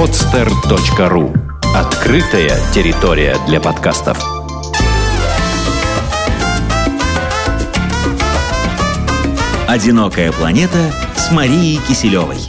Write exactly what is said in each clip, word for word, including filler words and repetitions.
подстер точка ру. Открытая территория для подкастов. «Одинокая планета» с Марией Киселевой.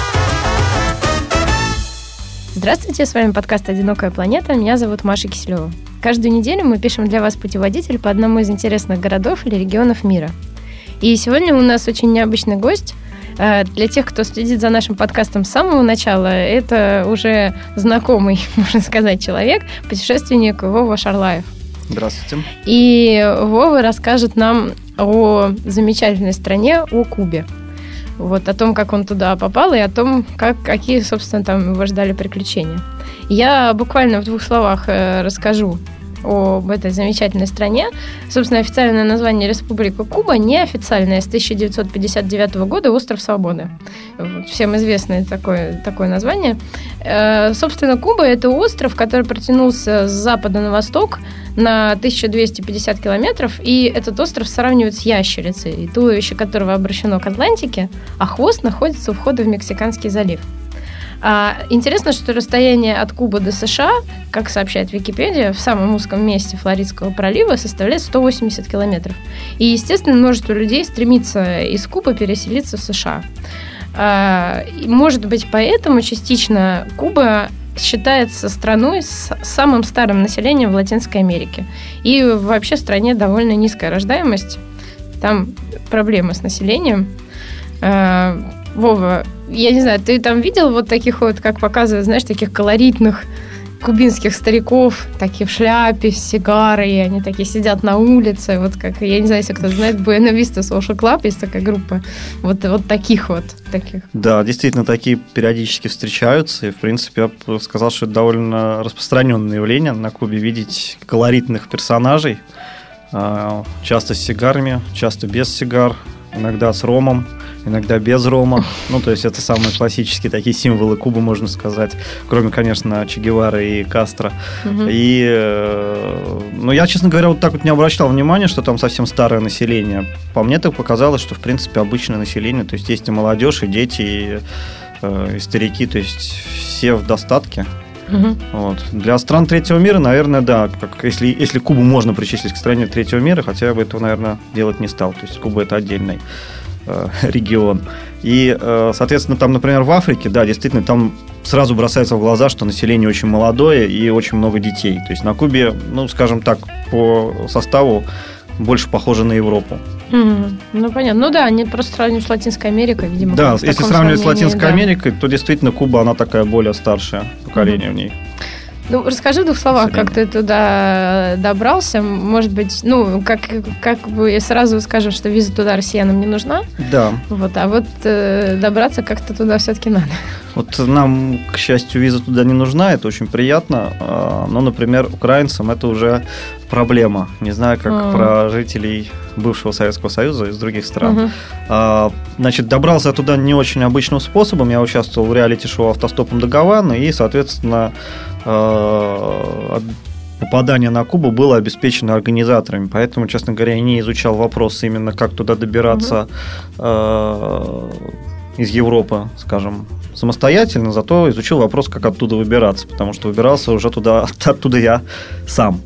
Здравствуйте, с вами подкаст «Одинокая планета». Меня зовут Маша Киселева. Каждую неделю мы пишем для вас путеводитель по одному из интересных городов или регионов мира. И сегодня у нас очень необычный гость. Для тех, кто следит за нашим подкастом с самого начала, это уже знакомый, можно сказать, человек, путешественник Вова Шарлаев. Здравствуйте. И Вова расскажет нам о замечательной стране, о Кубе. Вот, о том, как он туда попал, и о том, как, какие, собственно, там его ждали приключения. Я буквально в двух словах э, расскажу об этой замечательной стране. Собственно, официальное название Республика Куба, неофициальное, с тысяча девятьсот пятьдесят девятого года «Остров Свободы». Вот, всем известное такое, такое название. Э, собственно, Куба – это остров, который протянулся с запада на восток на тысяча двести пятьдесят километров, и этот остров сравнивают с ящерицей, туловище которого обращено к Атлантике, а хвост находится у входа в Мексиканский залив. А, интересно, что расстояние от Кубы до США, как сообщает Википедия, в самом узком месте Флоридского пролива составляет сто восемьдесят километров. И, естественно, множество людей стремится из Кубы переселиться в США. А, может быть, поэтому частично Куба считается страной с самым старым населением в Латинской Америке. И вообще в стране довольно низкая рождаемость. Там проблемы с населением. А, Вова, я не знаю, ты там видел вот таких вот, как показывают, знаешь, таких колоритных кубинских стариков, такие в шляпе, с сигарой, и они такие сидят на улице, вот как, я не знаю, если кто знает, Buena Vista Social Club, есть такая группа, вот, вот таких вот. Таких. Да, действительно, такие периодически встречаются, и, в принципе, я бы сказал, что это довольно распространенное явление на Кубе, видеть колоритных персонажей, часто с сигарами, часто без сигар, иногда с ромом, иногда без рома. Ну, то есть это самые классические такие символы Кубы, можно сказать. Кроме, конечно, Че Гевары и Кастро. Угу. И, ну, я, честно говоря, вот так вот не обращал внимания, что там совсем старое население. По мне так показалось, что, в принципе, обычное население. То есть есть и молодежь, и дети, и, и старики. То есть все в достатке. Угу. Вот. Для стран третьего мира, наверное, да, как, если, если Кубу можно причислить к стране третьего мира, хотя я бы этого, наверное, делать не стал. То есть Куба – это отдельный э, регион. И, э, соответственно, там, например, в Африке, да, действительно, там сразу бросается в глаза, что население очень молодое и очень много детей. То есть на Кубе, ну, скажем так, по составу больше похоже на Европу. Mm-hmm. Ну, понятно. Ну да, они просто сравнивают с Латинской Америкой, видимо. Да, если сравнивать с Латинской да. Америкой, то действительно Куба, она такая более старшее поколение mm-hmm. в ней. Ну, расскажи в двух словах, как ты туда добрался. Может быть, ну, как, как бы сразу скажем, что виза туда россиянам не нужна. Да. Вот, а вот э, добраться как-то туда все-таки надо. Вот нам, к счастью, виза туда не нужна, это очень приятно. Но, например, украинцам это уже проблема. Не знаю, как mm. про жителей бывшего Советского Союза из других стран. Mm-hmm. Значит, добрался я туда не очень обычным способом. Я участвовал в реалити-шоу «Автостопом до Гаваны», и, соответственно, попадание на Кубу было обеспечено организаторами. Поэтому, честно говоря, я не изучал вопрос именно, как туда добираться mm-hmm. из Европы, скажем, самостоятельно, зато изучил вопрос, как оттуда выбираться, потому что выбирался уже туда, оттуда я сам.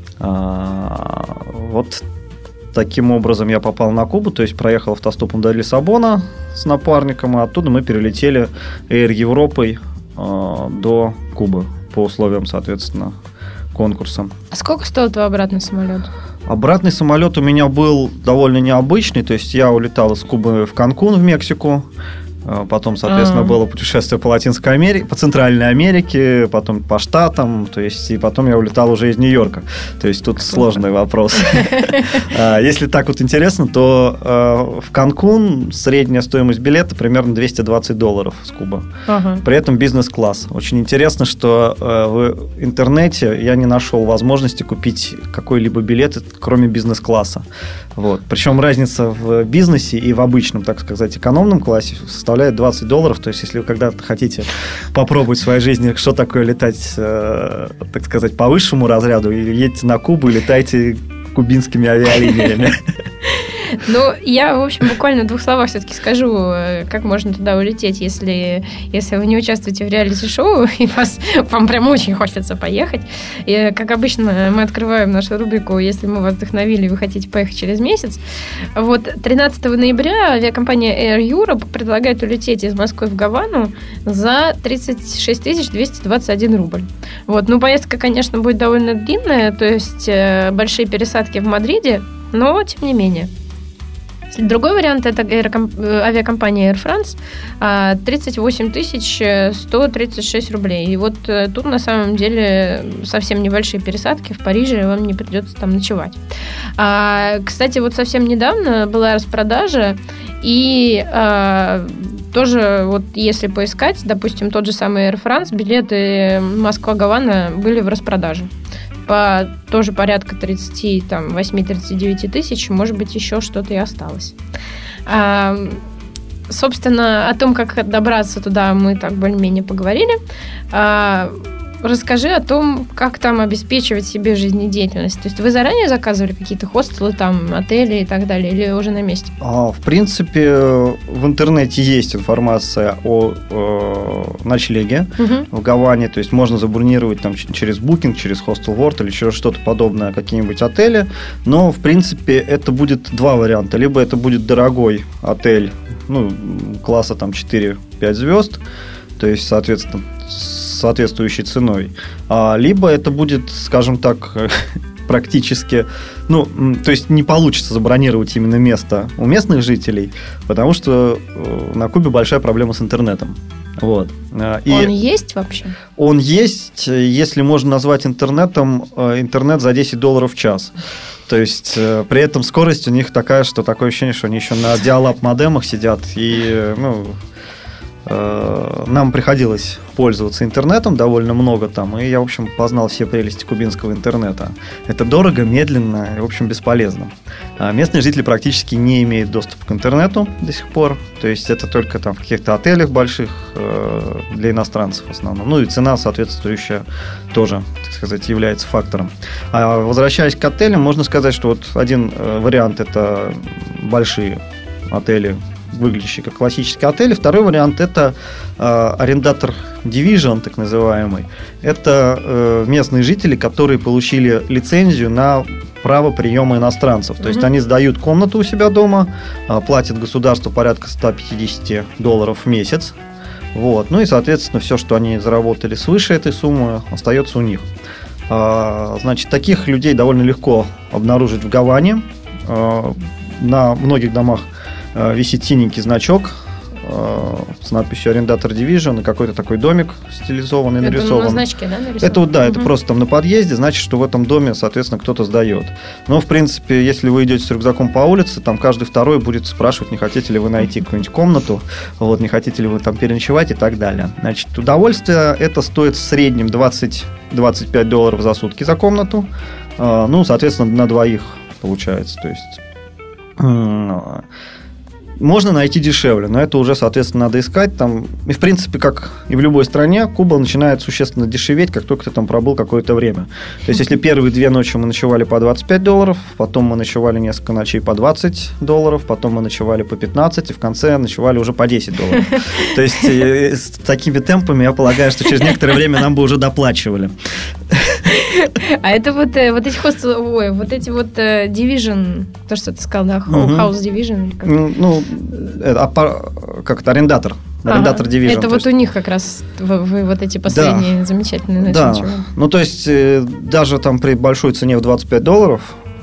Вот таким образом я попал на Кубу, то есть проехал автостопом до Лиссабона с напарником, а оттуда мы перелетели Air Европой до Кубы по условиям, соответственно, конкурса. А сколько стоил твой обратный самолет? Обратный самолет у меня был довольно необычный, то есть я улетал из Кубы в Канкун, в Мексику. Потом, соответственно, А-а-а. было путешествие по Латинской Америке, по Центральной Америке, потом по Штатам, то есть, и потом я улетал уже из Нью-Йорка. То есть, тут сложный вопрос. Если так вот интересно, то в Канкун средняя стоимость билета примерно двести двадцать долларов с Кубы. При этом бизнес-класс. Очень интересно, что в интернете я не нашел возможности купить какой-либо билет, кроме бизнес-класса. Вот. Причем разница в бизнесе и в обычном, так сказать, экономном классе составляет двадцать долларов, то есть если вы когда-то хотите попробовать в своей жизни, что такое летать, э, так сказать, по высшему разряду, едете на Кубу и летайте кубинскими авиалиниями. Ну, я, в общем, буквально в двух словах все-таки скажу, как можно туда улететь, если, если вы не участвуете в реалити-шоу, и вас, вам прям очень хочется поехать. И, как обычно, мы открываем нашу рубрику «Если мы вас вдохновили, и вы хотите поехать через месяц». Вот тринадцатого ноября авиакомпания Air Europe предлагает улететь из Москвы в Гавану за тридцать шесть тысяч двести двадцать один рубль. Вот. Ну, поездка, конечно, будет довольно длинная, то есть э, большие пересадки в Мадриде, но тем не менее. Другой вариант – это авиакомпания Air France, тридцать восемь тысяч сто тридцать шесть рублей. И вот тут на самом деле совсем небольшие пересадки. В Париже вам не придется там ночевать. А, кстати, вот совсем недавно была распродажа, и а, тоже вот если поискать, допустим, тот же самый Air France, билеты Москва-Гавана были в распродаже. По тоже порядка тридцать восемь - тридцать девять тысяч, может быть, еще что-то и осталось. А, собственно, о том, как добраться туда, мы так более-менее поговорили. А, расскажи о том, как там обеспечивать себе жизнедеятельность. То есть вы заранее заказывали какие-то хостелы, там, отели и так далее, или уже на месте? А, в принципе, в интернете есть информация о, о ночлеге угу. в Гаване. То есть можно забронировать там через Booking, через Hostel World или через что-то подобное, какие-нибудь отели. Но, в принципе, это будет два варианта. Либо это будет дорогой отель, ну, класса там четыре-пять звезд, то есть, соответственно, соответствующей ценой, а, либо это будет, скажем так, практически, ну, то есть не получится забронировать именно место у местных жителей, потому что на Кубе большая проблема с интернетом. Вот. И он есть вообще? Он есть, если можно назвать интернетом, интернет за десять долларов в час. То есть при этом скорость у них такая, что такое ощущение, что они еще на диалап модемах сидят, и, ну, нам приходилось пользоваться интернетом довольно много там, и я, в общем, познал все прелести кубинского интернета. Это дорого, медленно и, в общем, бесполезно. Местные жители практически не имеют доступа к интернету до сих пор, то есть это только там в каких-то отелях больших для иностранцев в основном. Ну и цена соответствующая тоже, так сказать, является фактором. А возвращаясь к отелям, можно сказать, что вот один вариант – это большие отели, выглядящие как классические отели. Второй вариант – это э, арендатор Division, так называемый. Это э, местные жители, которые получили лицензию на право приема иностранцев. То mm-hmm. есть они сдают комнату у себя дома, э, платят государству порядка сто пятьдесят долларов в месяц. Вот. Ну и, соответственно, все, что они заработали свыше этой суммы, остается у них. Э, значит, таких людей довольно легко обнаружить в Гаване. Э, на многих домах висит синенький значок э, с надписью «Арендатор Division» и какой-то такой домик стилизованный, это нарисован. На значке, да, нарисован? Это, да, угу. это просто там на подъезде, значит, что в этом доме, соответственно, кто-то сдает. Но, в принципе, если вы идете с рюкзаком по улице, там каждый второй будет спрашивать, не хотите ли вы найти какую-нибудь комнату, вот, не хотите ли вы там переночевать и так далее. Значит, удовольствие это стоит в среднем двадцать - двадцать пять долларов за сутки за комнату, э, ну, соответственно, на двоих получается, то есть... Э, Можно найти дешевле, но это уже, соответственно, надо искать. Там, и, в принципе, как и в любой стране, Куба начинает существенно дешеветь, как только ты там пробыл какое-то время. То есть, если первые две ночи мы ночевали по двадцать пять долларов, потом мы ночевали несколько ночей по двадцать долларов, потом мы ночевали по пятнадцать, и в конце ночевали уже по десять долларов. То есть, с такими темпами, я полагаю, что через некоторое время нам бы уже доплачивали. А это вот, вот эти хостелы, ой, вот эти вот uh, Division, то, что ты сказал, да, House Division? Как? Ну, это, как это, арендатор. Арендатор ага, Division. Это вот есть... у них как раз вы, вы вот эти последние да, замечательные начали. Да, чего? Ну, то есть, даже там при большой цене в двадцать пять долларов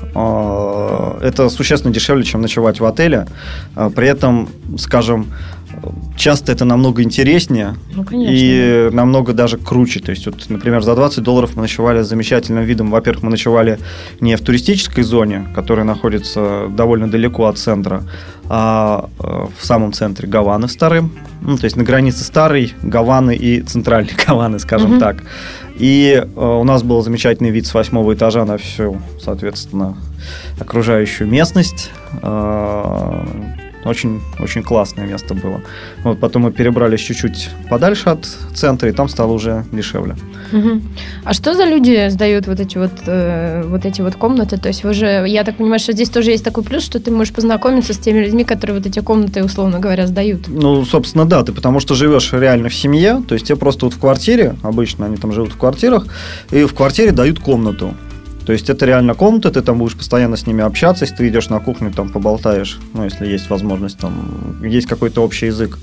это существенно дешевле, чем ночевать в отеле. При этом, скажем, часто это намного интереснее ну, конечно, и да. намного даже круче. То есть, вот, например, за двадцать долларов мы ночевали с замечательным видом. Во-первых, мы ночевали не в туристической зоне, которая находится довольно далеко от центра, а в самом центре Гаваны старым. Ну, то есть на границе старой Гаваны и центральной Гаваны, скажем угу. так. И у нас был замечательный вид с восьмого этажа на всю, соответственно, окружающую местность. очень, очень классное место было. Вот потом мы перебрались чуть-чуть подальше от центра, и там стало уже дешевле. Угу. А что за люди сдают вот эти вот, э, вот эти вот комнаты? То есть вы же, я так понимаю, что здесь тоже есть такой плюс, что ты можешь познакомиться с теми людьми, которые вот эти комнаты, условно говоря, сдают. Ну, собственно, да, ты потому что живешь реально в семье, то есть тебе просто вот в квартире, обычно они там живут в квартирах, и в квартире дают комнату. То есть это реально комната, ты там будешь постоянно с ними общаться, если ты идешь на кухню, там поболтаешь, ну, если есть возможность, там есть какой-то общий язык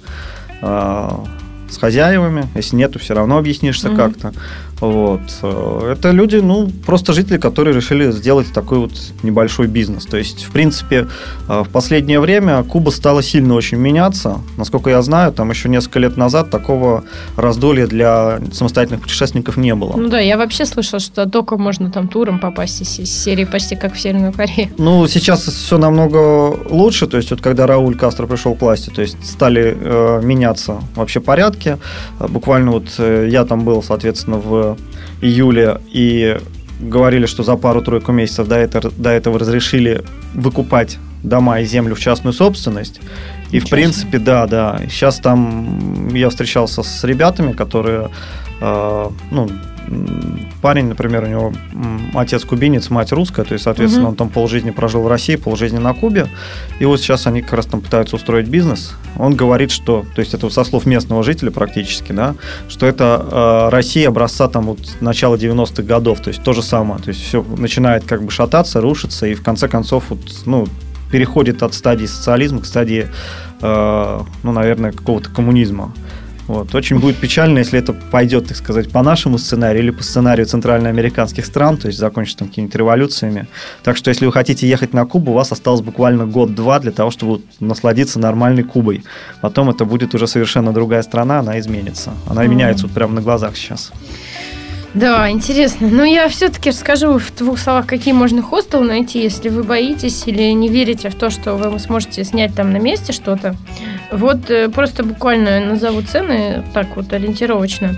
а, с хозяевами, если нет, то все равно объяснишься mm-hmm. как-то. Вот. Это люди, ну, просто жители, которые решили сделать такой вот небольшой бизнес. То есть, в принципе, в последнее время Куба стала сильно очень меняться. Насколько я знаю, там еще несколько лет назад такого раздолья для самостоятельных путешественников не было. Ну да, я вообще слышала, что только можно там туром попасть из серии почти как в Северную Корею. Ну, сейчас все намного лучше. То есть, вот когда Рауль Кастро пришел к власти, то есть стали э, меняться вообще порядки. Буквально вот э, я там был, соответственно, в июле, и говорили, что за пару-тройку месяцев до этого, до этого разрешили выкупать дома и землю в частную собственность. И, Ничего в принципе, себе. да, да. Сейчас там я встречался с ребятами, которые, э, ну, парень, например, у него отец кубинец, мать русская, то есть, соответственно, угу. он там полжизни прожил в России, полжизни на Кубе, и вот сейчас они как раз там пытаются устроить бизнес. Он говорит, что, то есть это со слов местного жителя практически, да, что это э, Россия образца там вот начала девяностых годов, то есть то же самое, то есть все начинает как бы шататься, рушиться, и в конце концов вот, ну, переходит от стадии социализма к стадии, э, ну, наверное, какого-то коммунизма. Вот. Очень будет печально, если это пойдет, так сказать, по нашему сценарию или по сценарию центральноамериканских стран, то есть закончится там какими-нибудь революциями. Так что, если вы хотите ехать на Кубу, у вас осталось буквально год-два для того, чтобы насладиться нормальной Кубой. Потом это будет уже совершенно другая страна, она изменится. Она mm-hmm. меняется вот прямо на глазах сейчас. Да, интересно. Но я все-таки расскажу в двух словах, какие можно хостелы найти, если вы боитесь или не верите в то, что вы сможете снять там на месте что-то. Вот просто буквально назову цены, так вот ориентировочно.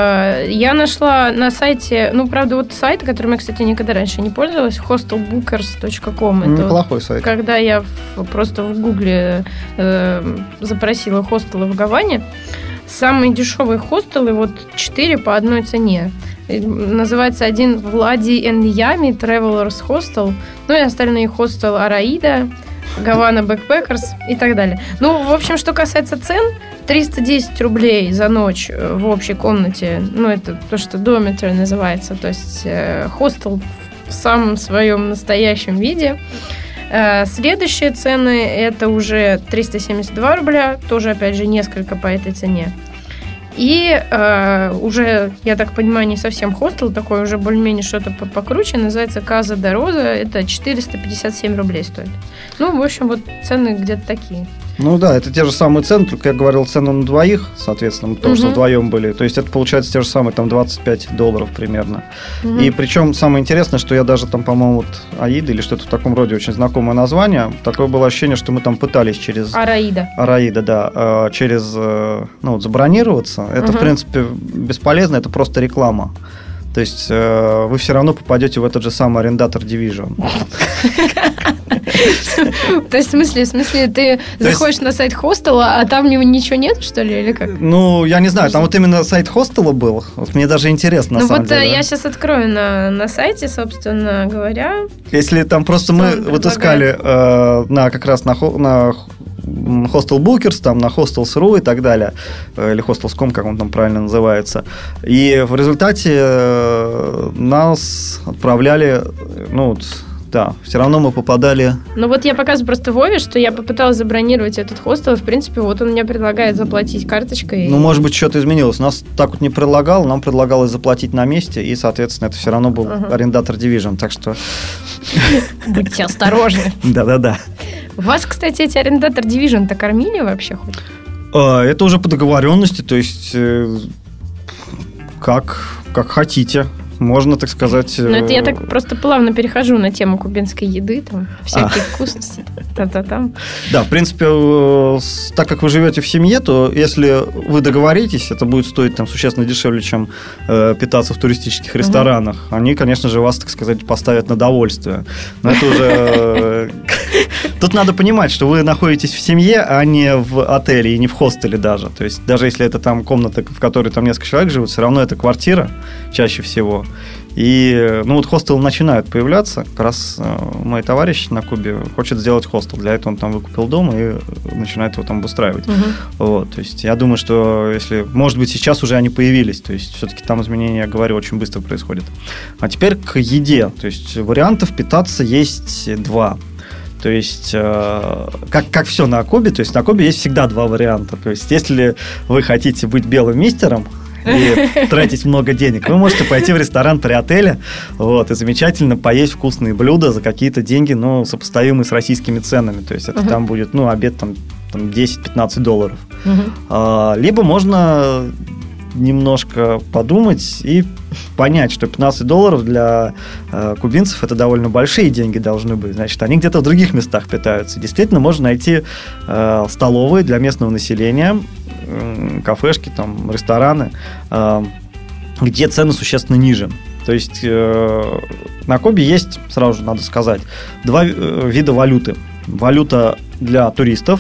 Я нашла на сайте, ну, правда, вот сайт, которым я, кстати, никогда раньше не пользовалась, хостел букерс точка ком. Неплохой сайт. Когда я просто в Гугле запросила хостелы в Гаване, самые дешевые хостелы, вот четыре по одной цене. Называется один Влади энд Ями Travelers Hostel, ну и остальные хостел Араида, Гавана Backpackers и так далее. Ну, в общем, что касается цен, триста десять рублей за ночь в общей комнате, ну, это то, что dormitory называется, то есть э, хостел в самом своем настоящем виде. Э, следующие цены, это уже триста семьдесят два рубля, тоже, опять же, несколько по этой цене. И э, уже, я так понимаю, не совсем хостел, такой уже более-менее что-то покруче, называется Каза де Роза, это четыреста пятьдесят семь рублей стоит. Ну, в общем, вот цены где-то такие. Ну да, это те же самые цены, только я говорил цену на двоих, соответственно, потому угу. что вдвоем были. То есть это получается те же самые, там, двадцать пять долларов примерно. Угу. И причем самое интересное, что я даже там, по-моему, вот Аида или что-то в таком роде, очень знакомое название. Такое было ощущение, что мы там пытались через... Араида. Араида, да. Через, ну, вот, забронироваться. Это, угу. в принципе, бесполезно, это просто реклама. То есть вы все равно попадете в этот же самый арендатор Division. То есть, в смысле, в смысле, ты заходишь на сайт хостела, а там ничего нет, что ли, или как? Ну, я не знаю, там вот именно сайт хостела был. Вот мне даже интересно, на самом деле. Ну, вот я сейчас открою на, на сайте, собственно говоря. Если там просто мы вот искали э, на, как раз на, на Hostel Bookers, там на hostels точка ру и так далее, или hostels точка ком, как он там правильно называется. И в результате нас отправляли, ну, вот, да, все равно мы попадали... Ну вот я показываю просто Вове, что я попыталась забронировать этот хостел, и, в принципе, вот он мне предлагает заплатить карточкой. Ну, может быть, что-то изменилось. Нас так вот не предлагал, нам предлагалось заплатить на месте, и, соответственно, это все равно был ага. арендатор Division, так что... Будьте осторожны. Да-да-да. Вас, кстати, эти арендатор Division-то кормили вообще хоть? Это уже по договоренности, то есть как, как хотите. Можно, так сказать... Ну, это я так просто плавно перехожу на тему кубинской еды, там, всякие а. вкусности, та-та-там. Да, в принципе, так как вы живете в семье, то если вы договоритесь, это будет стоить там существенно дешевле, чем э, питаться в туристических ресторанах. Угу. Они, конечно же, вас, так сказать, поставят на довольствие. Но это уже Тут надо понимать, что вы находитесь в семье, а не в отеле и не в хостеле даже. То есть даже если это там комната, в которой там несколько человек живут, все равно это квартира чаще всего. И, ну, вот хостелы начинают появляться. Как раз мой товарищ на Кубе хочет сделать хостел. Для этого он там выкупил дом и начинает его там обустраивать. Угу. Вот, то есть я думаю, что если... Может быть, сейчас уже они появились. То есть все-таки там изменения, я говорю, очень быстро происходят. А теперь к еде. То есть вариантов питаться есть два. То есть, э, как, как все на Кубе, то есть на Кубе есть всегда два варианта. То есть если вы хотите быть белым мистером и тратить много денег, вы можете пойти в ресторан при отеле, вот, и замечательно поесть вкусные блюда за какие-то деньги, ну, сопоставимые с российскими ценами. То есть это uh-huh. там будет, ну, обед там, там десять-пятнадцать долларов. Uh-huh. А, либо можно немножко подумать и понять, что пятнадцать долларов для э, кубинцев это довольно большие деньги должны быть. Значит, они где-то в других местах питаются. Действительно, можно найти э, столовые для местного населения, э, кафешки, там, рестораны, э, где цены существенно ниже. То есть э, на Кубе есть, сразу же надо сказать, два э, вида валюты. Валюта для туристов,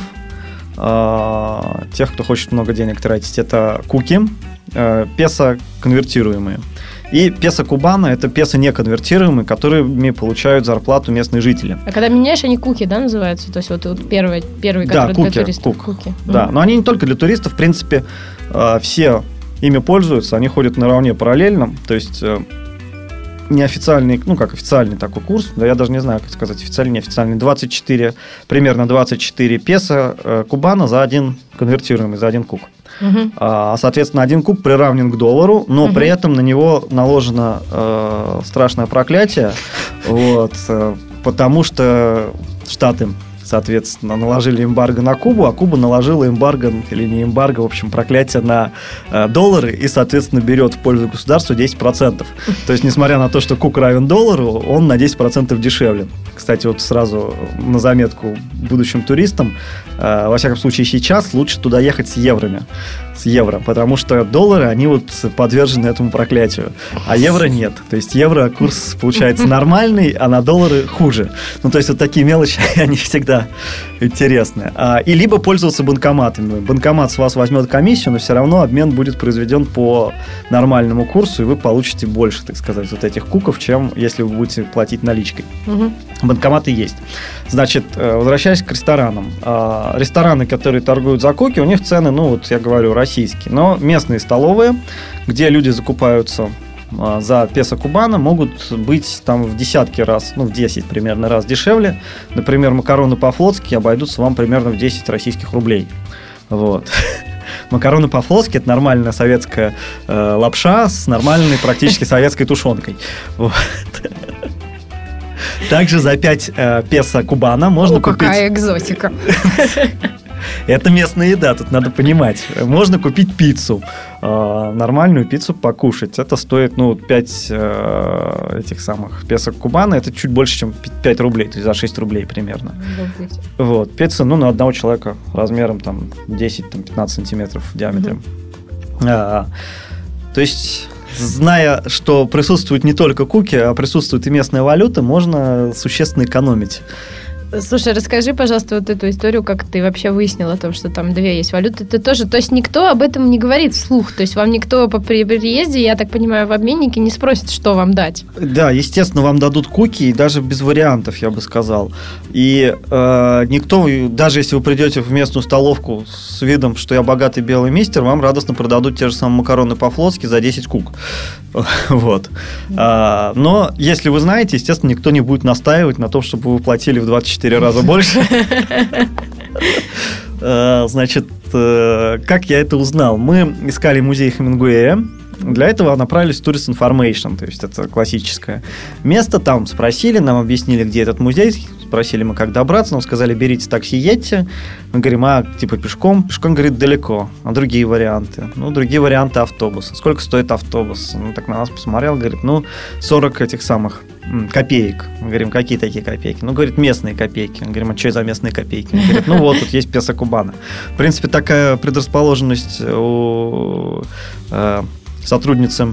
э, тех, кто хочет много денег тратить, это куки, песо конвертируемые. И песо кубана – это песо неконвертируемые, которыми получают зарплату местные жители. А когда меняешь, они куки, да, называются? То есть вот, вот первые, первые, которые да, куки, для туристов. Кук. Куки. Да, mm. но они не только для туристов. В принципе, все ими пользуются, они ходят наравне параллельно. То есть неофициальный, ну как официальный такой курс, да я даже не знаю, как сказать, официальный, неофициальный, двадцать четыре, примерно двадцать четыре песо кубана за один конвертируемый, за один кук. Uh-huh. А, соответственно, один куб приравнен к доллару, но uh-huh. при этом на него наложено э, страшное проклятие, вот, э, потому что Штаты, соответственно, наложили эмбарго на Кубу, а Куба наложила эмбарго, или не эмбарго, в общем, проклятие на э, доллары и, соответственно, берет в пользу государства десять процентов. То есть, несмотря на то, что кук равен доллару, он на десять процентов дешевле. Кстати, вот сразу на заметку будущим туристам, э, во всяком случае сейчас, лучше туда ехать с евроми, с евро, потому что доллары, они вот подвержены этому проклятию, а евро нет. То есть евро курс получается нормальный, а на доллары хуже. Ну, то есть вот такие мелочи, они всегда интересные. А, и либо пользоваться банкоматами. Банкомат с вас возьмет комиссию, но все равно обмен будет произведен по нормальному курсу, и вы получите больше, так сказать, вот этих куков, чем если вы будете платить наличкой. Угу. Банкоматы есть. Значит, возвращаясь к ресторанам. Рестораны, которые торгуют за куки, у них цены, ну, вот я говорю, российские. Но местные столовые, где люди закупаются за песо кубана, могут быть там в десятки раз, ну, в десять примерно раз дешевле. Например, макароны по-флотски обойдутся вам примерно в десять российских рублей. Вот. Макароны по-флотски – это нормальная советская э, лапша с нормальной практически советской тушенкой. Вот. Также за пять э, песо кубана можно О, купить... какая экзотика. Это местная еда, тут надо понимать. Можно купить пиццу, э, нормальную пиццу покушать. Это стоит, ну, пять э, этих самых песо кубана. Это чуть больше, чем пять рублей, то есть за шесть рублей примерно. Обалдеть. Вот, пицца, ну, на одного человека размером там десять-пятнадцать сантиметров в диаметре. Mm-hmm. А, то есть... Зная, что присутствуют не только куки, а присутствует и местная валюта, можно существенно экономить. Слушай, расскажи, пожалуйста, вот эту историю, как ты вообще выяснил о том, что там две есть валюты. Ты тоже, то есть никто об этом не говорит вслух, то есть вам никто по приезде, я так понимаю, в обменнике не спросит, что вам дать. Да, естественно, вам дадут куки, и даже без вариантов, я бы сказал. И э, никто, даже если вы придете в местную столовку с видом, что я богатый белый мистер, вам радостно продадут те же самые макароны по-флотски за десять кук. Вот. А, но если вы знаете, естественно, никто не будет настаивать на том, чтобы вы платили в двадцать четыре раза больше. Значит, как я это узнал? Мы искали музей Хемингуэя. Для этого направились в Tourist Information, то есть это классическое место. Там спросили, нам объяснили, где этот музей. Спросили мы, как добраться. Нам сказали, берите такси, едьте. Мы говорим, а типа пешком? Пешком, говорит, далеко. А другие варианты? Ну, другие варианты автобуса. Сколько стоит автобус? Ну, так на нас посмотрел, говорит, ну, сорок этих самых копеек. Мы говорим, какие такие копейки? Ну, говорит, местные копейки. Мы говорим, а что за местные копейки? Он говорит, ну, вот, тут есть песо кубана. В принципе, такая предрасположенность у э, сотрудницы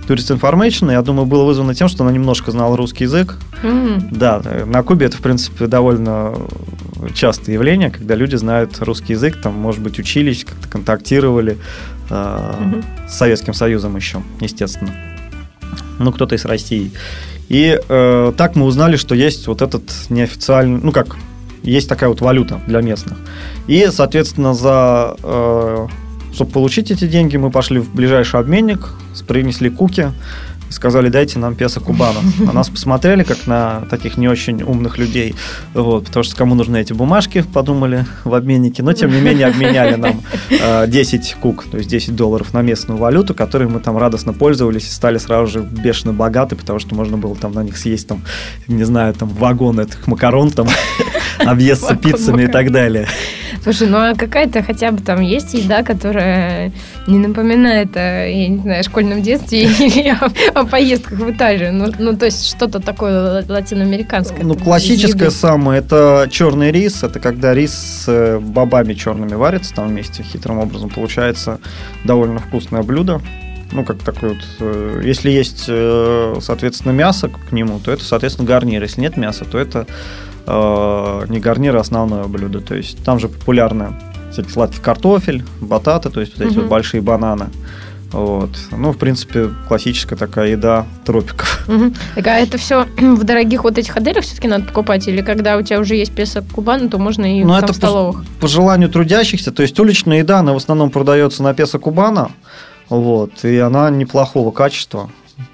Tourist Information, я думаю, было вызвано тем, что она немножко знала русский язык. Mm-hmm. Да, на Кубе это, в принципе, довольно частое явление, когда люди знают русский язык, там, может быть, учились, как-то контактировали э, mm-hmm. с Советским Союзом еще, естественно. Ну, кто-то из России. И э, так мы узнали, что есть вот этот неофициальный, ну, как, есть такая вот валюта для местных. И, соответственно, за... Э, чтобы получить эти деньги, мы пошли в ближайший обменник, принесли куки и сказали, дайте нам песо кубано. На нас посмотрели, как на таких не очень умных людей, вот, потому что кому нужны эти бумажки, подумали в обменнике, но, тем не менее, обменяли нам э, десять кук, то есть десять долларов на местную валюту, которой мы там радостно пользовались и стали сразу же бешено богаты, потому что можно было там на них съесть, там, не знаю, там, вагон этих макарон, там, объесться пиццами и так далее. Слушай, ну а какая-то хотя бы там есть еда, которая не напоминает о, я не знаю, школьном детстве или о, о поездках в Италию? Ну, ну, то есть что-то такое латиноамериканское. Ну, классическое самое, это черный рис. Это когда рис с бобами черными варится там вместе хитрым образом. Получается довольно вкусное блюдо. Ну, как такой вот... Если есть, соответственно, мясо к нему, то это, соответственно, гарнир. Если нет мяса, то это не гарнир, а основное блюдо. То есть там же популярны всякий сладкий картофель, бататы, то есть вот эти угу. вот большие бананы. Вот. Ну, в принципе, классическая такая еда тропиков. Угу. Так, а это все в дорогих вот этих отелях все-таки надо покупать? Или когда у тебя уже есть песо кубано, то можно и ну, там это в столовых? По, по желанию трудящихся. То есть уличная еда, она в основном продается на песо кубано. Вот, и она неплохого качества.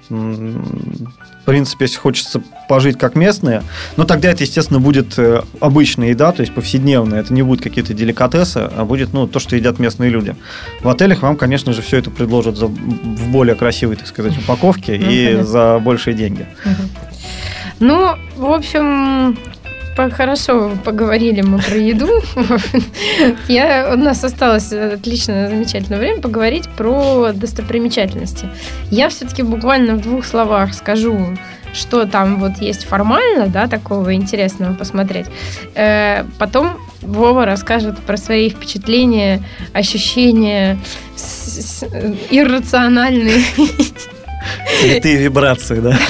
В принципе, если хочется пожить как местные, но тогда это, естественно, будет обычная еда, то есть повседневная. Это не будут какие-то деликатесы, а будет, ну, то, что едят местные люди. В отелях вам, конечно же, все это предложат за, в более красивой, так сказать, упаковке ну, и конечно. За большие деньги. Ну, в общем... Хорошо поговорили мы про еду. Я, у нас осталось отличное, замечательное время поговорить про достопримечательности. Я все-таки буквально в двух словах скажу, что там вот есть формально, да, такого интересного посмотреть. Потом Вова расскажет про свои впечатления, ощущения иррациональные. Святые вибрации, да?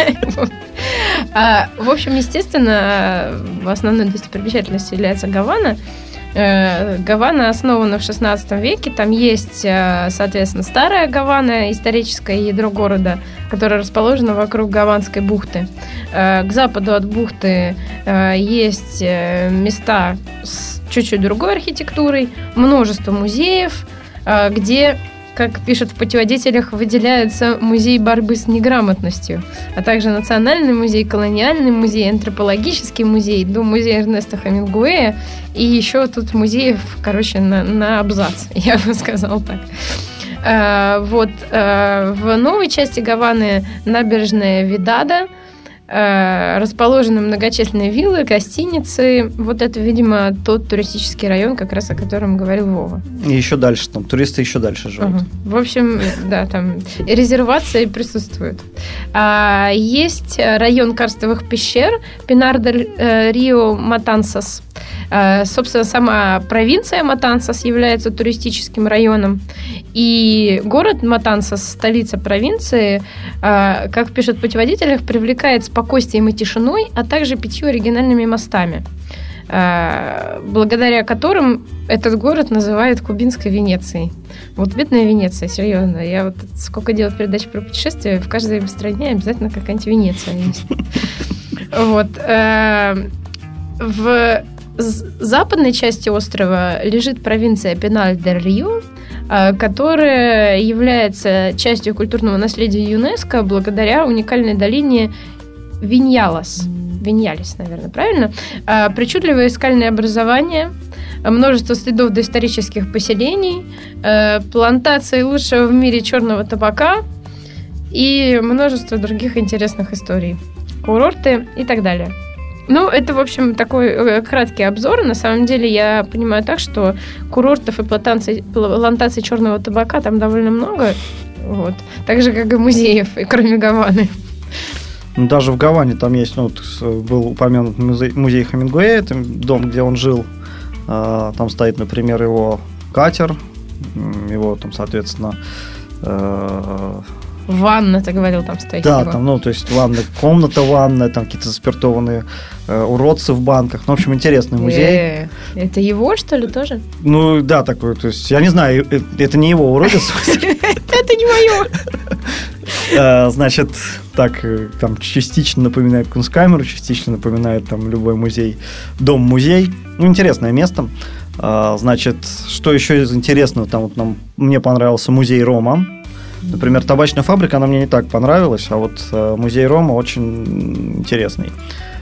А, в общем, естественно, основной достопримечательностью является Гавана. Гавана основана в шестнадцатом веке. Там есть, соответственно, старая Гавана, историческое ядро города, которое расположено вокруг Гаванской бухты. К западу от бухты есть места с чуть-чуть другой архитектурой, множество музеев, где... Как пишут в путеводителях, выделяются музей борьбы с неграмотностью, а также Национальный музей, Колониальный музей, Антропологический музей, Дом музея Эрнеста Хемингуэя и еще тут музеев, короче, на, на абзац, я бы сказала так. А, вот, а, в новой части Гаваны набережная Видада, расположены многочисленные виллы, гостиницы. Вот это, видимо, тот туристический район, как раз о котором говорил Вова. И еще дальше, там туристы еще дальше живут. Ага. В общем, да, там резервации присутствуют. А, есть район карстовых пещер Пинар-дель-Рио-Матансас. А, собственно, сама провинция Матансас является туристическим районом. И город Матансас, столица провинции, а, как пишут в путеводителях, привлекает спокойствием и тишиной, а также пятью оригинальными мостами, благодаря которым этот город называют кубинской Венецией. Вот бедная Венеция, серьезно. Я вот сколько делаю передач про путешествия, в каждой стране обязательно какая-нибудь Венеция есть. Вот. В западной части острова лежит провинция Пинар-дель-Рио, которая является частью культурного наследия ЮНЕСКО благодаря уникальной долине Виньялас. Виньялис, наверное, правильно? А, причудливое скальное образование, множество следов доисторических поселений, а, плантации лучшего в мире черного табака и множество других интересных историй, курорты и так далее. Ну, это, в общем, такой краткий обзор. На самом деле, я понимаю так, что курортов и плантаций, плантаций черного табака там довольно много, вот. Так же, как и музеев, и кроме Гаваны. Даже в Гаване там есть, ну, вот, был упомянут музей, музей Хемингуэя, это дом, где он жил. Там стоит, например, его катер, его там, соответственно, Ванна, ты говорил, там стоит. Да, его. там, ну, то есть ванна, комната ванная, там какие-то заспиртованные э, уродцы в банках. Ну, в общем, интересный музей. Э, Это его, что ли, тоже? Ну, да, такой, то есть, я не знаю, э, это не его уродец. Это не мое. Значит, так, там частично напоминает Кунсткамеру, частично напоминает там любой музей, дом-музей. Ну, интересное место. Значит, что еще из интересного? Там вот нам, мне понравился музей Рома. Например, табачная фабрика, она мне не так понравилась, а вот музей Рома очень интересный.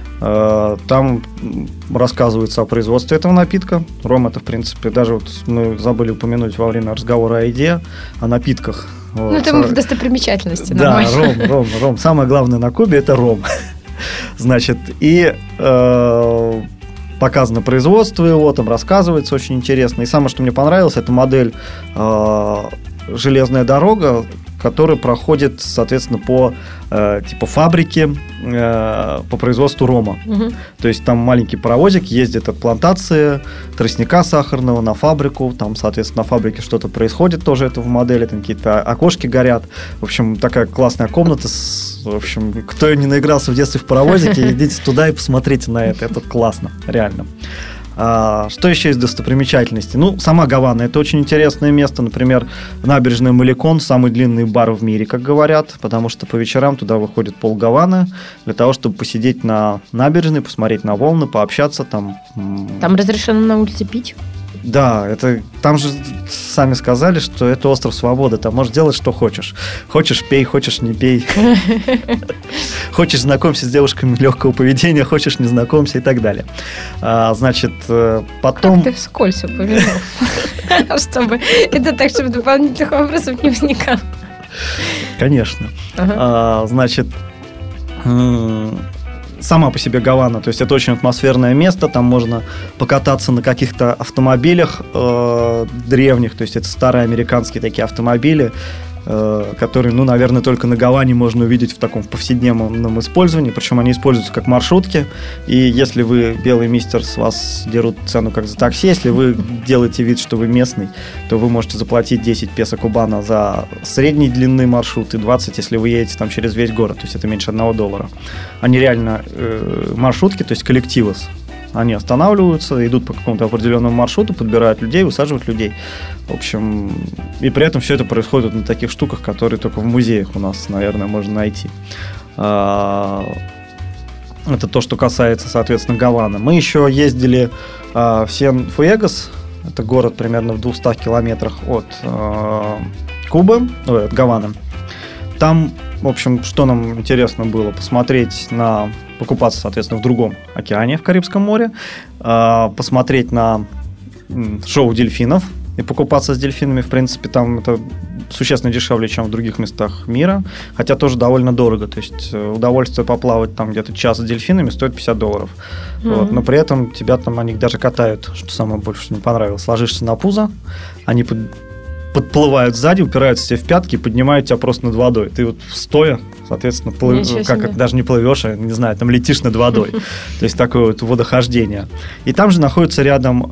Там рассказывается о производстве этого напитка. Ром это, в принципе, даже вот мы забыли упомянуть во время разговора о еде, о напитках. Ну, вот. это мы в достопримечательности. Да, ром, ром, ром. Самое главное на Кубе – это ром. Значит, и э, показано производство его, там рассказывается очень интересно. И самое, что мне понравилось, это модель э, «Железная дорога», который проходит, соответственно, по э, типа фабрике э, по производству рома. Угу. То есть там маленький паровозик ездит от плантации тростника сахарного на фабрику, там, соответственно, на фабрике что-то происходит, тоже это в модели, там какие-то окошки горят. В общем, такая классная комната. С, в общем, кто не наигрался в детстве в паровозике, идите туда и посмотрите на это. Это классно, реально. А, что еще из достопримечательностей? Ну, сама Гавана – это очень интересное место. Например, набережная Маликон – самый длинный бар в мире, как говорят, потому что по вечерам туда выходит пол Гаваны для того, чтобы посидеть на набережной, посмотреть на волны, пообщаться там. Там разрешено на улице пить? Да, это там же сами сказали, что это остров свободы, там можешь делать, что хочешь. Хочешь – пей, хочешь – не пей. Хочешь – знакомься с девушками легкого поведения, хочешь – не знакомься и так далее. А, значит, потом… Как ты вскользь упомянул? Чтобы это так, чтобы дополнительных вопросов не возникало. Конечно. А, значит… Сама по себе Гавана, то есть это очень атмосферное место, там можно покататься на каких-то автомобилях э, древних, то есть это старые американские такие автомобили, э, которые, ну, наверное, только на Гаване можно увидеть в таком повседневном использовании, причем они используются как маршрутки, и если вы белый мистер, с вас дерут цену как за такси, если вы делаете вид, что вы местный, то вы можете заплатить десять песо кубана за средней длины маршрут и двадцать, если вы едете там через весь город, то есть это меньше одного доллара. Они реально э, маршрутки, то есть коллективос. Они останавливаются, идут по какому-то определенному маршруту, подбирают людей, высаживают людей. В общем, и при этом все это происходит на таких штуках, которые только в музеях у нас, наверное, можно найти. Это то, что касается, соответственно, Гаваны. Мы еще ездили в Сен-Фуэгос, это город примерно в двухстах километрах от Кубы, ой, от Гаваны. Там, в общем, что нам интересно было посмотреть на... покупаться, соответственно, в другом океане, в Карибском море, посмотреть на шоу дельфинов и покупаться с дельфинами. В принципе, там это существенно дешевле, чем в других местах мира, хотя тоже довольно дорого. То есть удовольствие поплавать там где-то час с дельфинами стоит пятьдесят долларов. Mm-hmm. Вот. Но при этом тебя там они даже катают, что самое больше, что мне понравилось. Ложишься на пузо, они под... подплывают сзади, упираются тебе в пятки и поднимают тебя просто над водой. Ты вот стоя, соответственно, плыв... как даже не плывешь, а, не знаю, там летишь над водой. То есть такое вот водохождение. И там же находятся рядом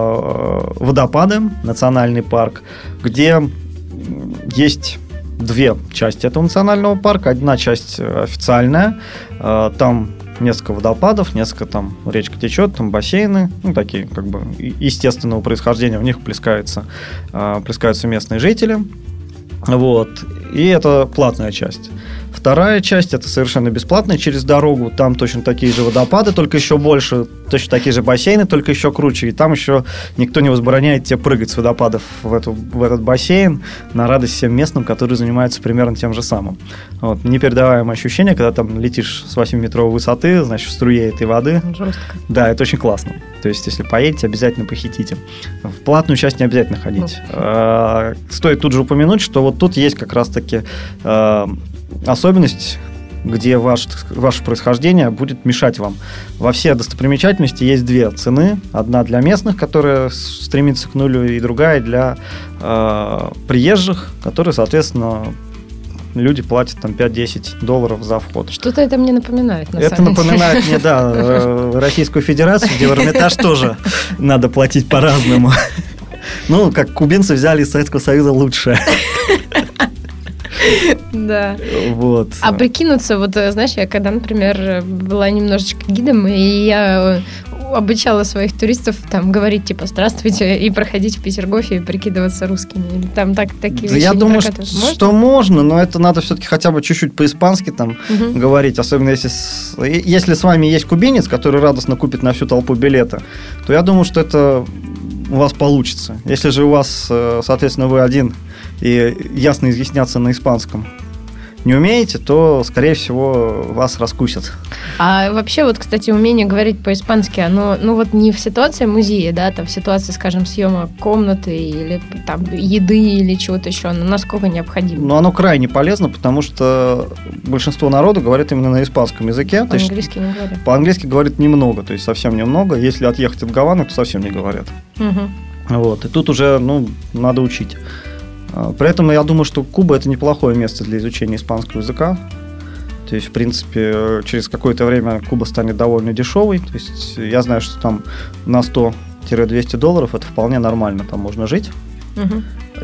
э, водопады, национальный парк, где есть две части этого национального парка. Одна часть официальная, э, там несколько водопадов, несколько там речка течет, там бассейны, ну, такие как бы естественного происхождения, в них плескаются, э, плескаются местные жители. Вот. И это платная часть. Вторая часть – это совершенно бесплатная, через дорогу. Там точно такие же водопады, только еще больше. Точно такие же бассейны, только еще круче. И там еще никто не возбраняет тебе прыгать с водопадов в, эту, в этот бассейн на радость всем местным, которые занимаются примерно тем же самым. Вот. Непередаваемое ощущение, когда там летишь с восьмиметровой высоты, значит, в струе этой воды. Жестко. Да, это очень классно. То есть, если поедете, обязательно похитите. В платную часть не обязательно ходить. Ну. Стоит тут же упомянуть, что вот тут есть как раз-таки особенность, где ваш, ваше происхождение будет мешать вам. Во все достопримечательности есть две цены. Одна для местных, которая стремится к нулю, и другая для э, приезжих, которые, соответственно, люди платят там пять-десять долларов за вход. Что-то это мне напоминает, на Это самом деле. напоминает мне, да, Российскую Федерацию, где в Эрмитаж тоже надо платить по-разному. Ну, как кубинцы взяли из Советского Союза лучшее. Да. Вот. А прикинуться, вот, знаешь, я когда, например, была немножечко гидом, и я обучала своих туристов там говорить, типа, здравствуйте, и проходить в Петергофе и прикидываться русскими. Или там так, такие вещи Я не думаю, что можно? что можно, но это надо все-таки хотя бы чуть-чуть по-испански там Угу. говорить, особенно если с, если с вами есть кубинец, который радостно купит на всю толпу билеты, то я думаю, что это у вас получится. Если же у вас, соответственно, вы один и ясно изъясняться на испанском не умеете, то, скорее всего, вас раскусят. А вообще, вот, кстати, умение говорить по-испански, оно, ну вот не в ситуации музея, да, там в ситуации, скажем, съема комнаты или там еды или чего-то еще, оно насколько необходимо? Но оно крайне полезно, потому что большинство народу говорит именно на испанском языке. По-английски не говорят. По-английски говорят немного, то есть совсем немного. Если отъехать от Гаваны, то совсем не говорят. Угу. Вот. И тут уже, ну, надо учить. При этом я думаю, что Куба – это неплохое место для изучения испанского языка. То есть, в принципе, через какое-то время Куба станет довольно дешевой. То есть, я знаю, что там на сто-двести долларов это вполне нормально, там можно жить. Угу.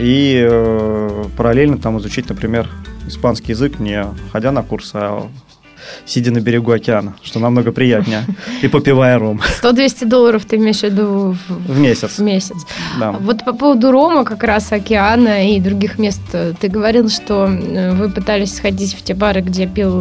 И э, параллельно там изучить, например, испанский язык, не ходя на курсы, а сидя на берегу океана, что намного приятнее, и попивая ром. сто-двести долларов ты имеешь в виду в, в месяц? В месяц. Да. Вот по поводу рома, как раз океана и других мест, ты говорил, что вы пытались сходить в те бары, где пил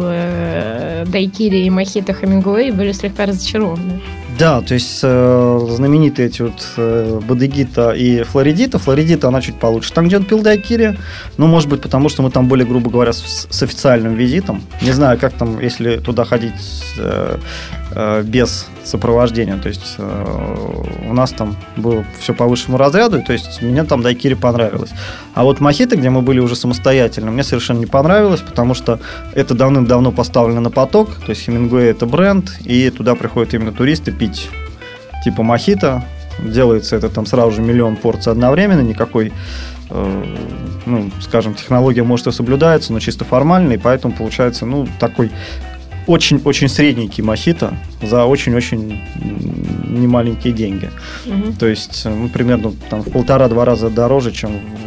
э, дайкири и мохито Хемингуэй, и были слегка разочарованы. Да, то есть э, знаменитые эти вот э, Бодегита и Флоридита. Флоридита, она чуть получше. Там, где он пил дайкири, ну, может быть, потому что мы там были, грубо говоря, с, с официальным визитом. Не знаю, как там, если туда ходить э, э, без сопровождения. То есть э, у нас там было все по высшему разряду, то есть мне там дайкири понравилось. А вот мохито, где мы были уже самостоятельно, мне совершенно не понравилось, потому что это давным-давно поставлено на поток. То есть Хемингуэй – это бренд, и туда приходят именно туристы пить типа мохито. Делается это там сразу же миллион порций одновременно, никакой, э, ну, скажем, технология, может, и соблюдается, но чисто формально, и поэтому получается, ну, такой очень-очень средненький мохито за очень-очень немаленькие деньги. Угу. То есть, ну, примерно там, в полтора-два раза дороже, чем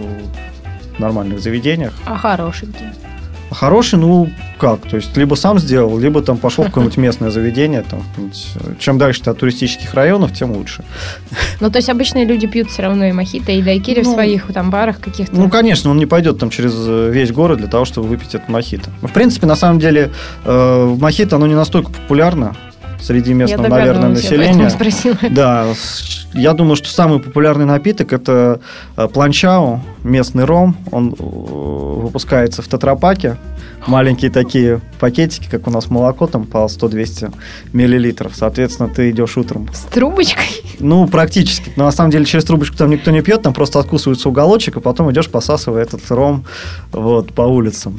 в нормальных заведениях. А хорошенький? Хороший, ну, как? То есть, либо сам сделал, либо там пошел в какое-нибудь местное заведение. Там, чем дальше от туристических районов, тем лучше. Ну, то есть, обычные люди пьют все равно и мохито, и дайкири ну, в своих там барах каких-то. Ну, конечно, он не пойдет там через весь город для того, чтобы выпить это мохито. В принципе, на самом деле, э, мохито, оно не настолько популярно среди местного, наверное, населения. Я да, я думаю, что самый популярный напиток – это планчао, местный ром. Он выпускается в тетрапаке. Маленькие такие пакетики, как у нас молоко, там по сто-двести миллилитров. Соответственно, ты идешь утром. С трубочкой? Ну, практически. Но на самом деле через трубочку там никто не пьет, там просто откусывается уголочек, и потом идешь, посасывая этот ром вот, по улицам.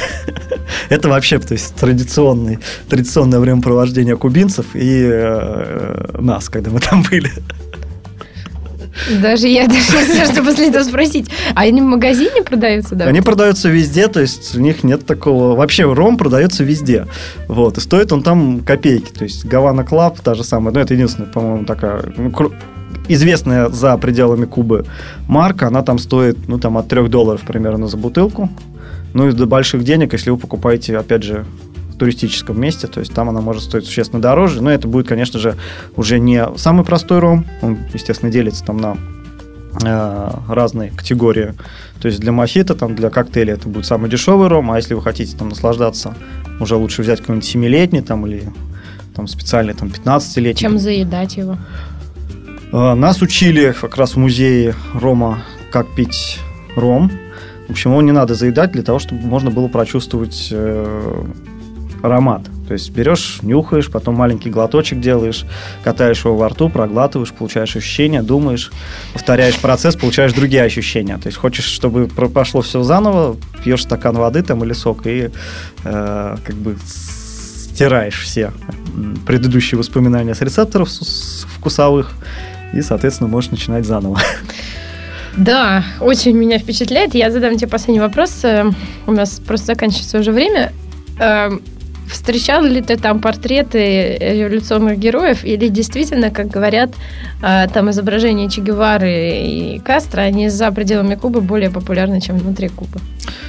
Это вообще, то есть, традиционный, традиционное времяпровождение кубинцев и э, нас, когда мы там были. Даже я даже не знаю, что после этого спросить. А они в магазине продаются, да? Они продаются везде, то есть у них нет такого... Вообще ром продается везде. Вот, и стоит он там копейки. То есть Гавана Клаб, та же самая, ну, это единственная, по-моему, такая... Ну, известная за пределами Кубы марка, она там стоит, ну, там, от трех долларов примерно за бутылку. Ну, и до больших денег, если вы покупаете, опять же, в туристическом месте, то есть там она может стоить существенно дороже, но это будет, конечно же, уже не самый простой ром, он, естественно, делится там на э, разные категории, то есть для мохито, там, для коктейля это будет самый дешевый ром, а если вы хотите там наслаждаться, уже лучше взять какой-нибудь семилетний там, или там специальный там пятнадцатилетний. Чем заедать его? Э, нас учили как раз в музее рома, как пить ром. В общем, его не надо заедать для того, чтобы можно было прочувствовать э, аромат. То есть берешь, нюхаешь, потом маленький глоточек делаешь, катаешь его во рту, проглатываешь, получаешь ощущения, думаешь, повторяешь процесс, получаешь другие ощущения. То есть хочешь, чтобы пошло все заново, пьешь стакан воды там или сок и э, как бы стираешь все предыдущие воспоминания с рецепторов вкусовых и, соответственно, можешь начинать заново. Да, очень меня впечатляет. Я задам тебе последний вопрос. У нас просто заканчивается уже время. Встречал ли ты там портреты революционных героев? Или действительно, как говорят, там изображения Че Гевары и Кастро, они за пределами Кубы более популярны, чем внутри Кубы?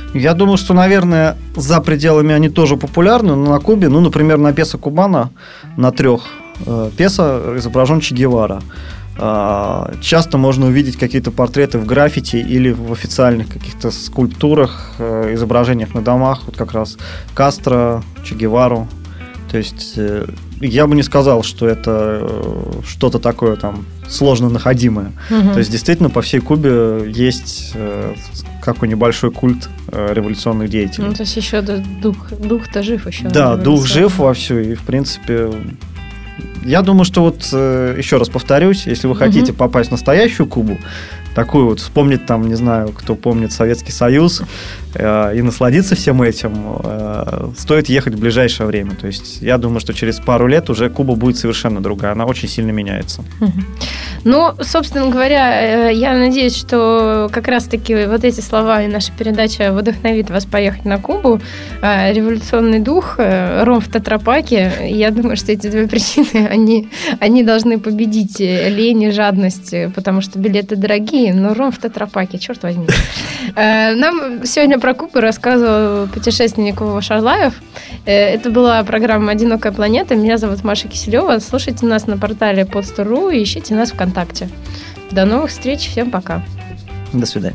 Я думаю, что, наверное, за пределами они тоже популярны, но на Кубе, ну, например, на песо Кубана, на трех э, песо изображен Че Гевара. Э, часто можно увидеть какие-то портреты в граффити или в официальных каких-то скульптурах, э, изображениях на домах, вот как раз Кастро, Че Гевару. То есть э, я бы не сказал, что это э, что-то такое там сложно находимое. Угу. То есть действительно по всей Кубе есть э, какой небольшой культ э, революционных деятелей. Ну, то есть еще дух, дух-то жив еще. Да, дух жив вовсю, и в принципе я думаю, что вот э, еще раз повторюсь, если вы хотите угу. попасть в настоящую Кубу, такую вот, вспомнить там, не знаю, кто помнит Советский Союз, э, и насладиться всем этим, э, стоит ехать в ближайшее время. То есть я думаю, что через пару лет уже Куба будет совершенно другая, она очень сильно меняется. Ну, собственно говоря, я надеюсь, что как раз-таки вот эти слова и наша передача вдохновит вас поехать на Кубу. Революционный дух, ром в тетрапаке, я думаю, что эти две причины, они, они должны победить лень и жадность, потому что билеты дорогие, но ром в тетрапаке, черт возьми. Нам сегодня про Кубу рассказывал путешественник Вова Шарлаев. Это была программа «Одинокая планета». Меня зовут Маша Киселева. Слушайте нас на портале podster точка ру и ищите нас ВКонтакте. До новых встреч. Всем пока. До свидания.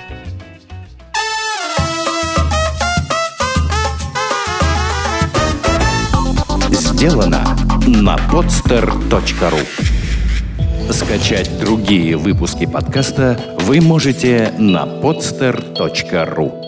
Сделано на podster точка ру. Скачать другие выпуски подкаста вы можете на podster точка ру.